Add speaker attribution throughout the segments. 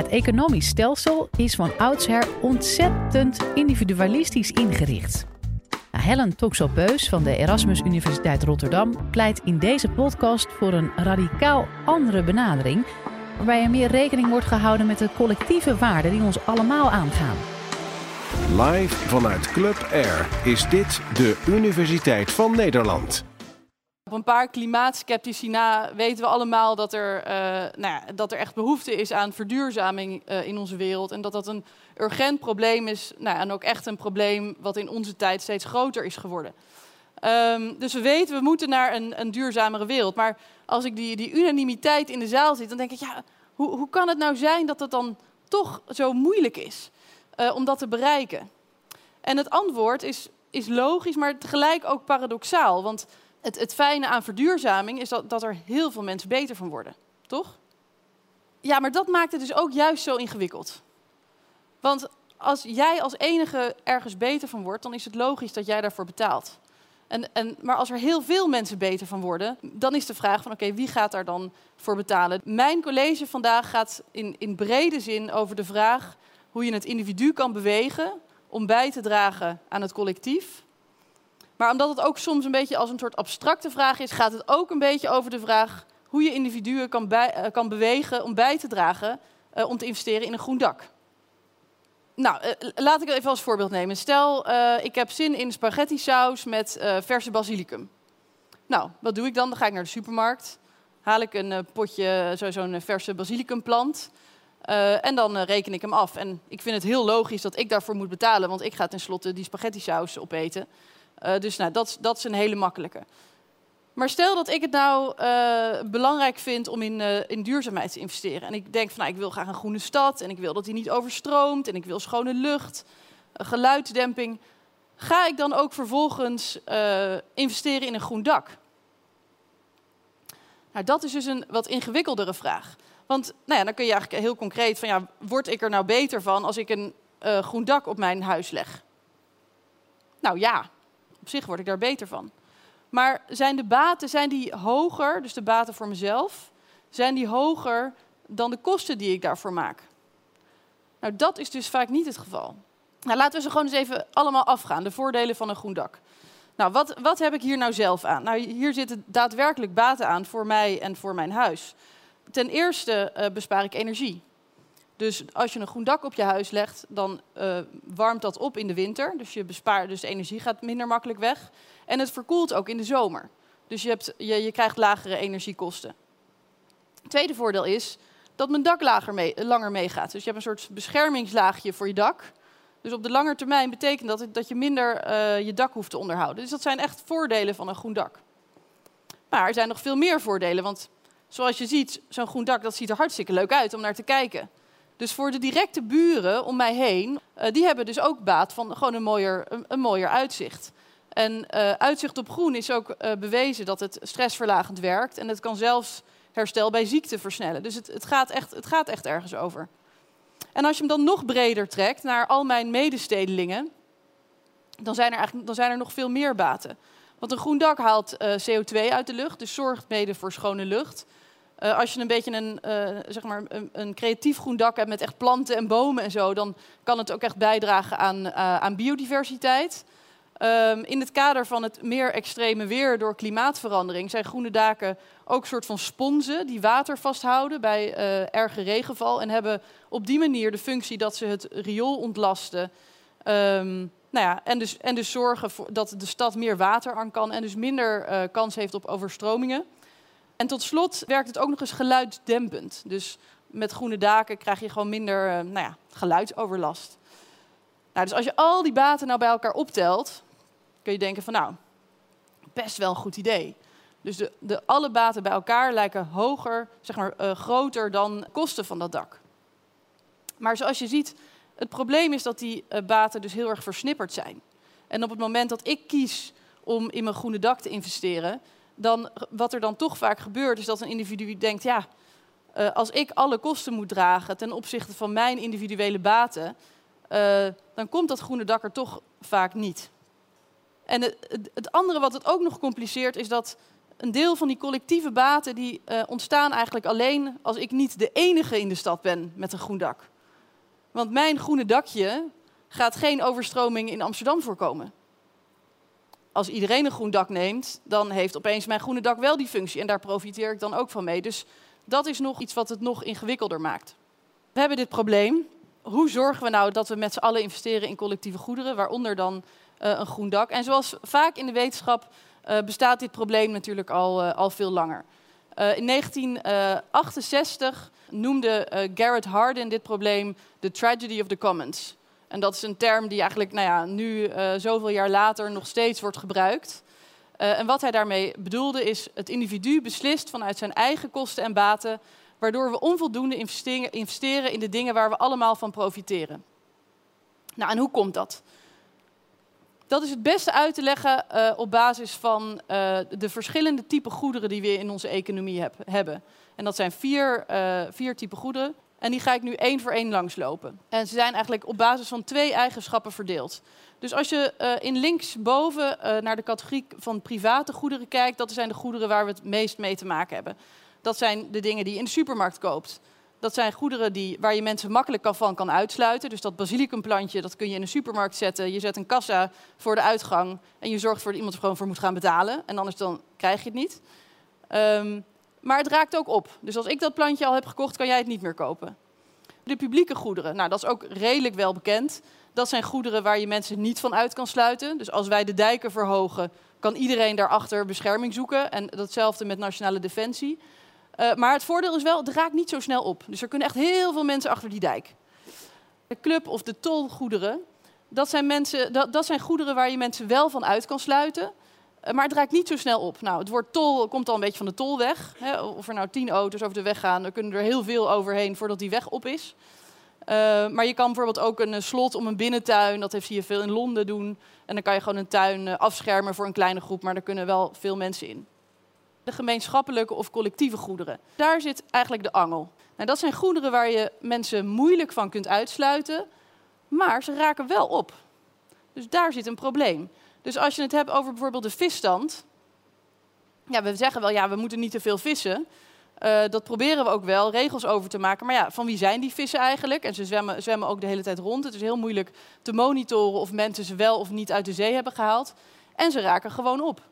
Speaker 1: Het economisch stelsel is van oudsher ontzettend individualistisch ingericht. Helen Toxopeus van de Erasmus Universiteit Rotterdam pleit in deze podcast voor een radicaal andere benadering, waarbij er meer rekening wordt gehouden met de collectieve waarden die ons allemaal aangaan.
Speaker 2: Live vanuit Club Air is dit de Universiteit van Nederland.
Speaker 3: Op een paar klimaatskeptici na weten we allemaal dat er echt behoefte is aan verduurzaming in onze wereld. En dat dat een urgent probleem is en ook echt een probleem wat in onze tijd steeds groter is geworden. Dus we weten, we moeten naar een duurzamere wereld. Maar als ik die unanimiteit in de zaal zit, dan denk ik, hoe kan het nou zijn dat het dan toch zo moeilijk is om dat te bereiken? En het antwoord is logisch, maar tegelijk ook paradoxaal. Want het fijne aan verduurzaming is dat er heel veel mensen beter van worden, toch? Ja, maar dat maakt het dus ook juist zo ingewikkeld. Want als jij als enige ergens beter van wordt, dan is het logisch dat jij daarvoor betaalt. Maar als er heel veel mensen beter van worden, dan is de vraag van oké, wie gaat daar dan voor betalen? Mijn college vandaag gaat in brede zin over de vraag hoe je het individu kan bewegen om bij te dragen aan het collectief. Maar omdat het ook soms een beetje als een soort abstracte vraag is, gaat het ook een beetje over de vraag hoe je individuen kan bewegen om bij te dragen om te investeren in een groen dak. Nou, laat ik het even als voorbeeld nemen. Stel, ik heb zin in spaghetti saus met verse basilicum. Nou, wat doe ik dan? Dan ga ik naar de supermarkt, haal ik een potje, zo'n verse basilicumplant en dan reken ik hem af. En ik vind het heel logisch dat ik daarvoor moet betalen, want ik ga tenslotte die spaghetti saus opeten. Dus dat is een hele makkelijke. Maar stel dat ik het nou belangrijk vind om in duurzaamheid te investeren. En ik denk van ik wil graag een groene stad en ik wil dat die niet overstroomt en ik wil schone lucht, geluidsdemping. Ga ik dan ook vervolgens investeren in een groen dak? Nou, dat is dus een wat ingewikkeldere vraag. Want dan kun je eigenlijk heel concreet van word ik er nou beter van als ik een groen dak op mijn huis leg? Nou ja, op zich word ik daar beter van. Maar zijn de baten hoger, dus de baten voor mezelf, zijn die hoger dan de kosten die ik daarvoor maak? Nou, dat is dus vaak niet het geval. Nou, laten we ze gewoon eens even allemaal afgaan, de voordelen van een groen dak. Nou, wat heb ik hier nou zelf aan? Nou, hier zitten daadwerkelijk baten aan voor mij en voor mijn huis. Ten eerste bespaar ik energie. Dus als je een groen dak op je huis legt, dan warmt dat op in de winter. Dus de energie gaat minder makkelijk weg. En het verkoelt ook in de zomer. Dus je krijgt lagere energiekosten. Het tweede voordeel is dat mijn dak langer meegaat. Dus je hebt een soort beschermingslaagje voor je dak. Dus op de lange termijn betekent dat je minder je dak hoeft te onderhouden. Dus dat zijn echt voordelen van een groen dak. Maar er zijn nog veel meer voordelen. Want zoals je ziet, zo'n groen dak dat ziet er hartstikke leuk uit om naar te kijken. Dus voor de directe buren om mij heen, die hebben dus ook baat van gewoon een mooier uitzicht. En uitzicht op groen is ook bewezen dat het stressverlagend werkt. En het kan zelfs herstel bij ziekte versnellen. Dus het gaat echt ergens over. En als je hem dan nog breder trekt naar al mijn medestedelingen, dan zijn er nog veel meer baten. Want een groen dak haalt CO2 uit de lucht, dus zorgt mede voor schone lucht. Als je een beetje een creatief groen dak hebt met echt planten en bomen en zo, dan kan het ook echt bijdragen aan biodiversiteit. In het kader van het meer extreme weer door klimaatverandering zijn groene daken ook een soort van sponsen die water vasthouden bij erge regenval en hebben op die manier de functie dat ze het riool ontlasten. En dus zorgen dat de stad meer water aan kan en dus minder kans heeft op overstromingen. En tot slot werkt het ook nog eens geluidsdempend. Dus met groene daken krijg je gewoon minder geluidsoverlast. Nou, dus als je al die baten nou bij elkaar optelt, kun je denken van best wel een goed idee. Dus alle baten bij elkaar lijken hoger, groter dan kosten van dat dak. Maar zoals je ziet, het probleem is dat die baten dus heel erg versnipperd zijn. En op het moment dat ik kies om in mijn groene dak te investeren, dan wat er dan toch vaak gebeurt, is dat een individu denkt, als ik alle kosten moet dragen ten opzichte van mijn individuele baten, dan komt dat groene dak er toch vaak niet. En het andere wat het ook nog compliceert, is dat een deel van die collectieve baten die ontstaan eigenlijk alleen als ik niet de enige in de stad ben met een groen dak. Want mijn groene dakje gaat geen overstroming in Amsterdam voorkomen. Als iedereen een groen dak neemt, dan heeft opeens mijn groene dak wel die functie. En daar profiteer ik dan ook van mee. Dus dat is nog iets wat het nog ingewikkelder maakt. We hebben dit probleem. Hoe zorgen we nou dat we met z'n allen investeren in collectieve goederen, waaronder dan een groen dak? En zoals vaak in de wetenschap bestaat dit probleem natuurlijk al veel langer. In 1968 noemde Garrett Hardin dit probleem the tragedy of the commons. En dat is een term die eigenlijk nu zoveel jaar later nog steeds wordt gebruikt. En wat hij daarmee bedoelde is, het individu beslist vanuit zijn eigen kosten en baten, waardoor we onvoldoende investeren in de dingen waar we allemaal van profiteren. Nou, en hoe komt dat? Dat is het beste uit te leggen op basis van de verschillende typen goederen die we in onze economie hebben. En dat zijn vier typen goederen. En die ga ik nu één voor één langslopen. En ze zijn eigenlijk op basis van 2 eigenschappen verdeeld. Dus als je in linksboven naar de categorie van private goederen kijkt, dat zijn de goederen waar we het meest mee te maken hebben. Dat zijn de dingen die je in de supermarkt koopt. Dat zijn goederen waar je mensen makkelijk van kan uitsluiten. Dus dat basilicumplantje, dat kun je in een supermarkt zetten. Je zet een kassa voor de uitgang en je zorgt voor dat iemand er gewoon voor moet gaan betalen. En anders dan krijg je het niet. Maar het raakt ook op. Dus als ik dat plantje al heb gekocht, kan jij het niet meer kopen. De publieke goederen, nou dat is ook redelijk wel bekend. Dat zijn goederen waar je mensen niet van uit kan sluiten. Dus als wij de dijken verhogen, kan iedereen daarachter bescherming zoeken. En datzelfde met nationale defensie. Maar het voordeel is wel, het raakt niet zo snel op. Dus er kunnen echt heel veel mensen achter die dijk. De club of de tolgoederen, dat zijn goederen waar je mensen wel van uit kan sluiten. Maar het raakt niet zo snel op. Nou, het woord tol komt al een beetje van de tolweg. Hè? Of er nou 10 auto's over de weg gaan, dan kunnen er heel veel overheen voordat die weg op is. Maar je kan bijvoorbeeld ook een slot om een binnentuin, dat zie je veel in Londen doen. En dan kan je gewoon een tuin afschermen voor een kleine groep, maar daar kunnen wel veel mensen in. De gemeenschappelijke of collectieve goederen. Daar zit eigenlijk de angel. Nou, dat zijn goederen waar je mensen moeilijk van kunt uitsluiten, maar ze raken wel op. Dus daar zit een probleem. Dus als je het hebt over bijvoorbeeld de visstand. Ja, we zeggen wel, we moeten niet te veel vissen. Dat proberen we ook wel, regels over te maken. Maar ja, van wie zijn die vissen eigenlijk? En ze zwemmen ook de hele tijd rond. Het is heel moeilijk te monitoren of mensen ze wel of niet uit de zee hebben gehaald. En ze raken gewoon op.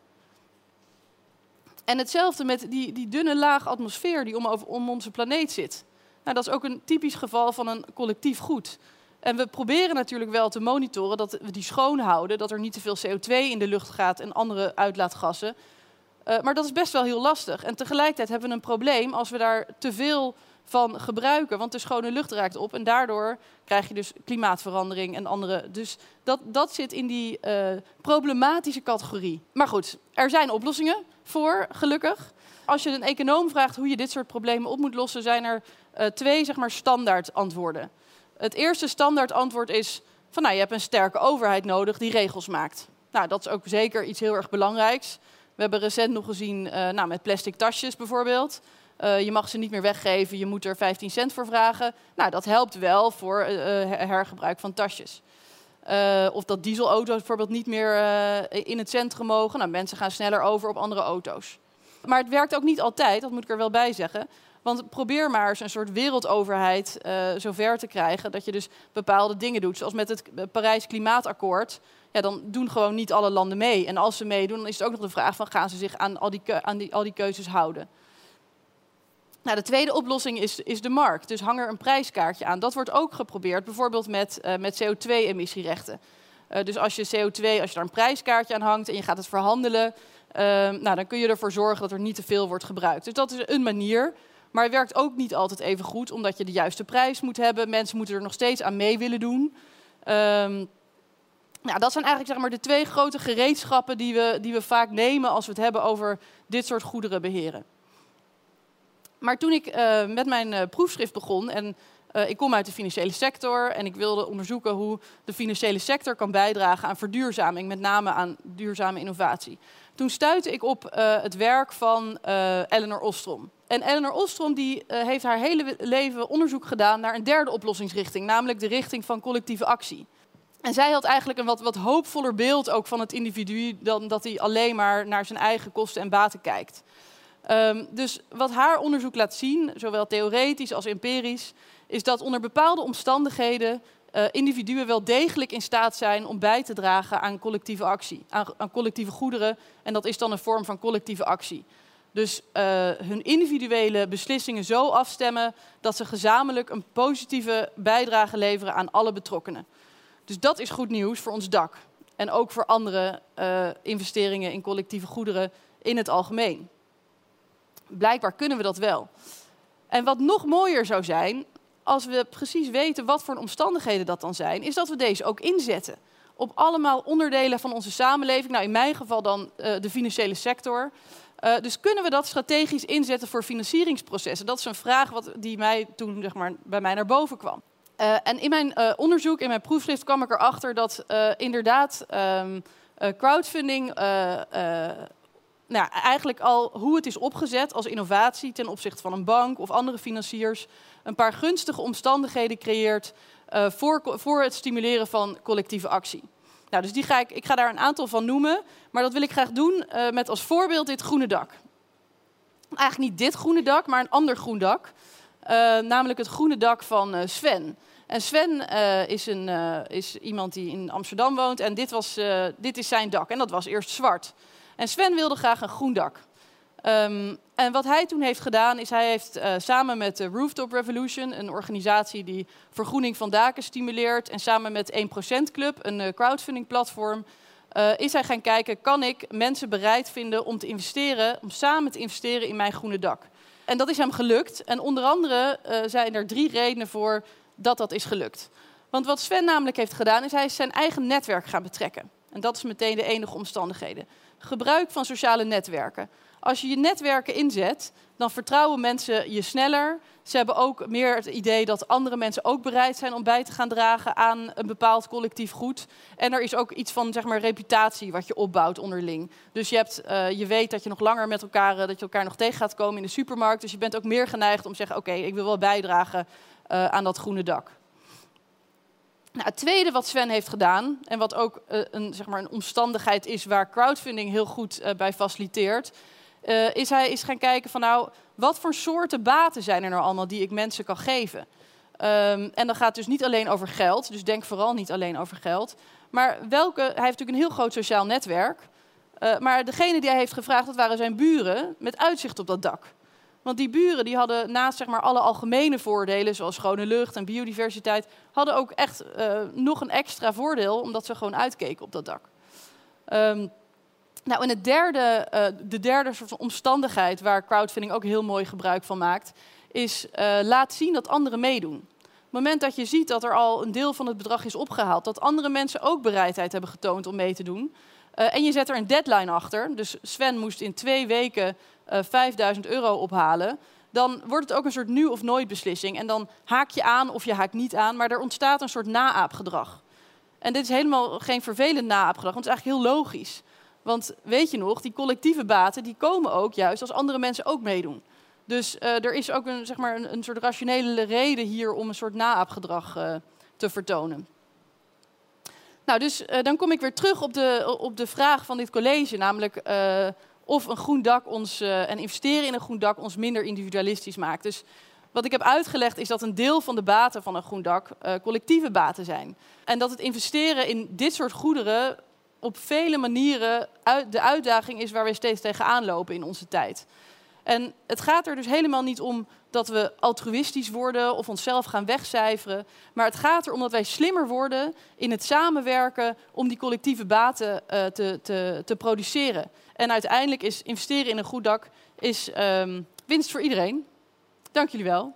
Speaker 3: En hetzelfde met die dunne laag atmosfeer die om onze planeet zit. Nou, dat is ook een typisch geval van een collectief goed. En we proberen natuurlijk wel te monitoren dat we die schoon houden, dat er niet te veel CO2 in de lucht gaat en andere uitlaatgassen. Maar dat is best wel heel lastig. En tegelijkertijd hebben we een probleem als we daar te veel van gebruiken, want de schone lucht raakt op en daardoor krijg je dus klimaatverandering en andere. Dus dat zit in die problematische categorie. Maar goed, er zijn oplossingen voor, gelukkig. Als je een econoom vraagt hoe je dit soort problemen op moet lossen, zijn er 2 standaard antwoorden. Het eerste standaard antwoord is van je hebt een sterke overheid nodig die regels maakt. Nou, dat is ook zeker iets heel erg belangrijks. We hebben recent nog gezien met plastic tasjes bijvoorbeeld. Je mag ze niet meer weggeven, je moet er 15 cent voor vragen. Nou, dat helpt wel voor hergebruik van tasjes. Of dat dieselauto's bijvoorbeeld niet meer in het centrum mogen. Nou, mensen gaan sneller over op andere auto's. Maar het werkt ook niet altijd, dat moet ik er wel bij zeggen. Want probeer maar eens een soort wereldoverheid zover te krijgen dat je dus bepaalde dingen doet. Zoals met het Parijs Klimaatakkoord. Ja, dan doen gewoon niet alle landen mee. En als ze meedoen, dan is het ook nog de vraag van gaan ze zich aan al die keuzes houden. Nou, de tweede oplossing is de markt. Dus hang er een prijskaartje aan. Dat wordt ook geprobeerd, bijvoorbeeld met CO2-emissierechten. Dus als je daar een prijskaartje aan hangt en je gaat het verhandelen, dan kun je ervoor zorgen dat er niet te veel wordt gebruikt. Dus dat is een manier. Maar het werkt ook niet altijd even goed, omdat je de juiste prijs moet hebben. Mensen moeten er nog steeds aan mee willen doen. Dat zijn eigenlijk de 2 grote gereedschappen die we vaak nemen als we het hebben over dit soort goederen beheren. Maar toen ik met mijn proefschrift begon, en ik kom uit de financiële sector en ik wilde onderzoeken hoe de financiële sector kan bijdragen aan verduurzaming, met name aan duurzame innovatie. Toen stuitte ik op het werk van Elinor Ostrom. En Elinor Ostrom heeft haar hele leven onderzoek gedaan naar een derde oplossingsrichting, namelijk de richting van collectieve actie. En zij had eigenlijk een wat hoopvoller beeld ook van het individu dan dat hij alleen maar naar zijn eigen kosten en baten kijkt. Dus wat haar onderzoek laat zien, zowel theoretisch als empirisch, is dat onder bepaalde omstandigheden individuen wel degelijk in staat zijn om bij te dragen aan collectieve actie, aan collectieve goederen. En dat is dan een vorm van collectieve actie. Dus hun individuele beslissingen zo afstemmen dat ze gezamenlijk een positieve bijdrage leveren aan alle betrokkenen. Dus dat is goed nieuws voor ons dak. En ook voor andere investeringen in collectieve goederen in het algemeen. Blijkbaar kunnen we dat wel. En wat nog mooier zou zijn, als we precies weten wat voor omstandigheden dat dan zijn, is dat we deze ook inzetten. Op allemaal onderdelen van onze samenleving. Nou, in mijn geval dan de financiële sector. Dus kunnen we dat strategisch inzetten voor financieringsprocessen? Dat is een vraag die mij toen bij mij naar boven kwam. En in mijn onderzoek, in mijn proefschrift, kwam ik erachter dat inderdaad crowdfunding eigenlijk al hoe het is opgezet als innovatie ten opzichte van een bank of andere financiers een paar gunstige omstandigheden creëert voor het stimuleren van collectieve actie. Nou, dus ik ga daar een aantal van noemen, maar dat wil ik graag doen met als voorbeeld dit groene dak. Eigenlijk niet dit groene dak, maar een ander groen dak. Namelijk het groene dak van Sven. En Sven is iemand die in Amsterdam woont en dit is zijn dak. En dat was eerst zwart. En Sven wilde graag een groen dak. En wat hij toen heeft gedaan, is hij heeft samen met de Rooftop Revolution, een organisatie die vergroening van daken stimuleert, en samen met 1% Club, een crowdfunding platform, is hij gaan kijken, kan ik mensen bereid vinden om samen te investeren in mijn groene dak? En dat is hem gelukt. En onder andere zijn er 3 redenen voor dat is gelukt. Want wat Sven namelijk heeft gedaan, is hij is zijn eigen netwerk gaan betrekken. En dat is meteen de enige omstandigheden. Gebruik van sociale netwerken. Als je je netwerken inzet, dan vertrouwen mensen je sneller. Ze hebben ook meer het idee dat andere mensen ook bereid zijn om bij te gaan dragen aan een bepaald collectief goed. En er is ook iets van reputatie wat je opbouwt onderling. Dus je weet dat je nog langer met elkaar, dat je elkaar nog tegen gaat komen in de supermarkt. Dus je bent ook meer geneigd om te zeggen, oké, ik wil wel bijdragen aan dat groene dak. Nou, het tweede wat Sven heeft gedaan, en wat ook een omstandigheid is waar crowdfunding heel goed bij faciliteert, is hij is gaan kijken van wat voor soorten baten zijn er nou allemaal die ik mensen kan geven. En dan gaat het dus niet alleen over geld, dus denk vooral niet alleen over geld. Maar hij heeft natuurlijk een heel groot sociaal netwerk. Maar degene die hij heeft gevraagd, dat waren zijn buren met uitzicht op dat dak. Want die buren die hadden naast alle algemene voordelen, zoals schone lucht en biodiversiteit, hadden ook echt nog een extra voordeel, omdat ze gewoon uitkeken op dat dak. En de derde soort van omstandigheid waar crowdfunding ook heel mooi gebruik van maakt, is laat zien dat anderen meedoen. Op het moment dat je ziet dat er al een deel van het bedrag is opgehaald, dat andere mensen ook bereidheid hebben getoond om mee te doen, en je zet er een deadline achter, dus Sven moest in 2 weken €5.000 ophalen, dan wordt het ook een soort nu of nooit beslissing. En dan haak je aan of je haakt niet aan, maar er ontstaat een soort naaapgedrag. En dit is helemaal geen vervelend naaapgedrag, want het is eigenlijk heel logisch. Want weet je nog, die collectieve baten die komen ook juist als andere mensen ook meedoen. Dus er is ook een soort rationele reden hier om een soort naaapgedrag te vertonen. Nou, dus dan kom ik weer terug op de vraag van dit college, namelijk of een groen dak en investeren in een groen dak ons minder individualistisch maakt. Dus wat ik heb uitgelegd is dat een deel van de baten van een groen dak collectieve baten zijn. En dat het investeren in dit soort goederen op vele manieren de uitdaging is waar we steeds tegenaan lopen in onze tijd. En het gaat er dus helemaal niet om dat we altruïstisch worden of onszelf gaan wegcijferen. Maar het gaat erom dat wij slimmer worden in het samenwerken om die collectieve baten te produceren. En uiteindelijk is investeren in een goed dak winst voor iedereen. Dank jullie wel.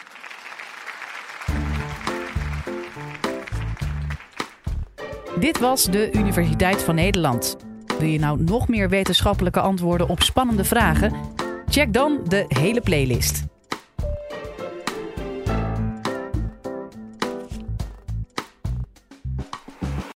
Speaker 1: Dit was de Universiteit van Nederland. Wil je nou nog meer wetenschappelijke antwoorden op spannende vragen? Check dan de hele playlist.